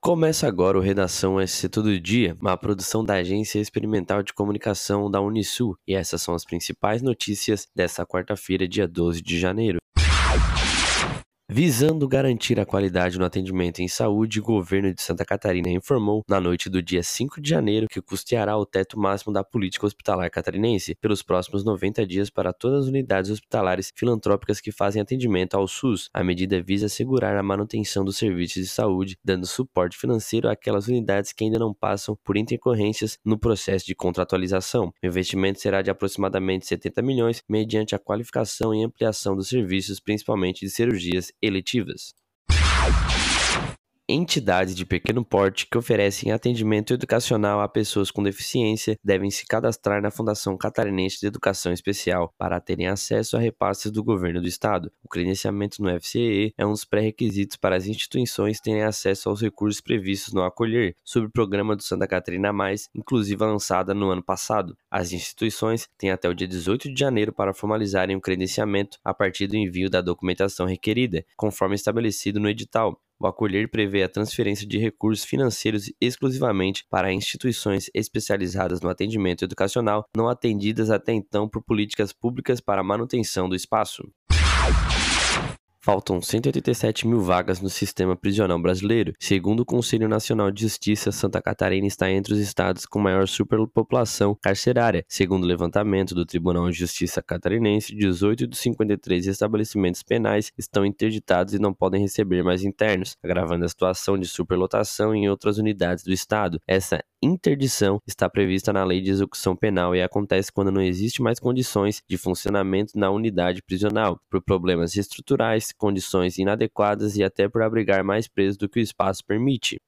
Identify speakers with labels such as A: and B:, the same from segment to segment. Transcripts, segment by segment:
A: Começa agora o Redação SC Todo Dia, uma produção da Agência Experimental de Comunicação da Unisul, e essas são as principais notícias desta quarta-feira, dia 12 de janeiro. Visando garantir a qualidade no atendimento em saúde, o governo de Santa Catarina informou, na noite do dia 5 de janeiro, que custeará o teto máximo da política hospitalar catarinense pelos próximos 90 dias para todas as unidades hospitalares filantrópicas que fazem atendimento ao SUS. A medida visa assegurar a manutenção dos serviços de saúde, dando suporte financeiro àquelas unidades que ainda não passam por intercorrências no processo de contratualização. O investimento será de aproximadamente 70 milhões, mediante a qualificação e ampliação dos serviços, principalmente de cirurgias eletivas. Entidades de pequeno porte que oferecem atendimento educacional a pessoas com deficiência devem se cadastrar na Fundação Catarinense de Educação Especial para terem acesso a repasses do governo do estado. O credenciamento no FCE é um dos pré-requisitos para as instituições terem acesso aos recursos previstos no Acolher, sob o programa do Santa Catarina Mais, inclusive lançada no ano passado. As instituições têm até o dia 18 de janeiro para formalizarem o credenciamento a partir do envio da documentação requerida, conforme estabelecido no edital. O Acolher prevê a transferência de recursos financeiros exclusivamente para instituições especializadas no atendimento educacional não atendidas até então por políticas públicas para a manutenção do espaço. Faltam 187 mil vagas no sistema prisional brasileiro. Segundo o Conselho Nacional de Justiça, Santa Catarina está entre os estados com maior superpopulação carcerária. Segundo o levantamento do Tribunal de Justiça catarinense, 18 dos 53 estabelecimentos penais estão interditados e não podem receber mais internos, agravando a situação de superlotação em outras unidades do estado. Essa interdição está prevista na Lei de Execução Penal e acontece quando não existe mais condições de funcionamento na unidade prisional, por problemas estruturais, condições inadequadas e até por abrigar mais presos do que o espaço permite.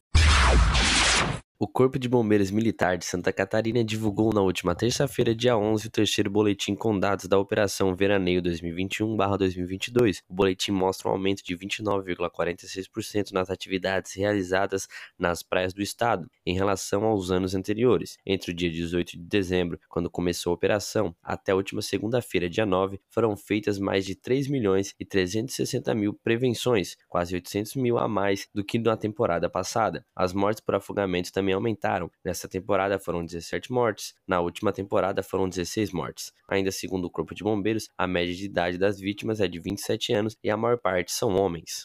A: O Corpo de Bombeiros Militar de Santa Catarina divulgou na última terça-feira, dia 11, o terceiro boletim com dados da Operação Veraneio 2021/2022. O boletim mostra um aumento de 29,46% nas atividades realizadas nas praias do estado, em relação aos anos anteriores. Entre o dia 18 de dezembro, quando começou a operação, até a última segunda-feira, dia 9, foram feitas mais de 3.360.000 prevenções, quase 800 mil a mais do que na temporada passada. As mortes por afogamento também aumentaram. Nesta temporada foram 17 mortes, na última temporada foram 16 mortes. Ainda segundo o Corpo de Bombeiros, a média de idade das vítimas é de 27 anos e a maior parte são homens.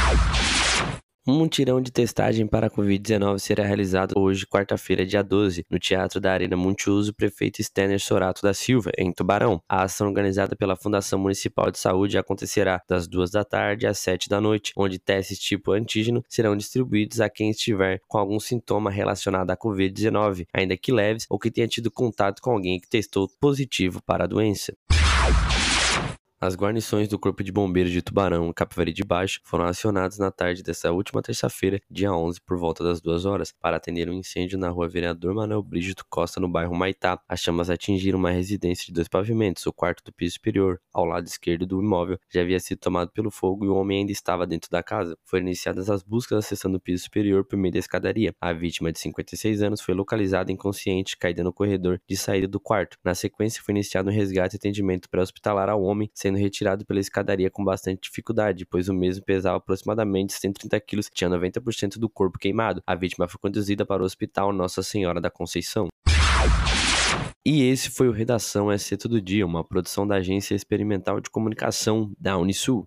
A: Um mutirão de testagem para a Covid-19 será realizado hoje, quarta-feira, dia 12, no Teatro da Arena Multiuso Prefeito Stenner Sorato da Silva, em Tubarão. A ação organizada pela Fundação Municipal de Saúde acontecerá das 2 da tarde às 7 da noite, onde testes tipo antígeno serão distribuídos a quem estiver com algum sintoma relacionado à Covid-19, ainda que leves ou que tenha tido contato com alguém que testou positivo para a doença. As guarnições do Corpo de Bombeiros de Tubarão e Capivari de Baixo foram acionadas na tarde desta última terça-feira, dia 11, por volta das 2 horas, para atender um incêndio na rua Vereador Manuel Brígido Costa, no bairro Maitá. As chamas atingiram uma residência de 2 pavimentos. O quarto do piso superior, ao lado esquerdo do imóvel, já havia sido tomado pelo fogo e o homem ainda estava dentro da casa. Foram iniciadas as buscas da seção do piso superior por meio da escadaria. A vítima, de 56 anos, foi localizada inconsciente, caída no corredor de saída do quarto. Na sequência, foi iniciado um resgate e atendimento pré-hospitalar ao homem, sendo retirado pela escadaria com bastante dificuldade, pois o mesmo pesava aproximadamente 130 quilos e tinha 90% do corpo queimado. A vítima foi conduzida para o Hospital Nossa Senhora da Conceição. E esse foi o Redação SC Todo Dia, uma produção da Agência Experimental de Comunicação da Unisul.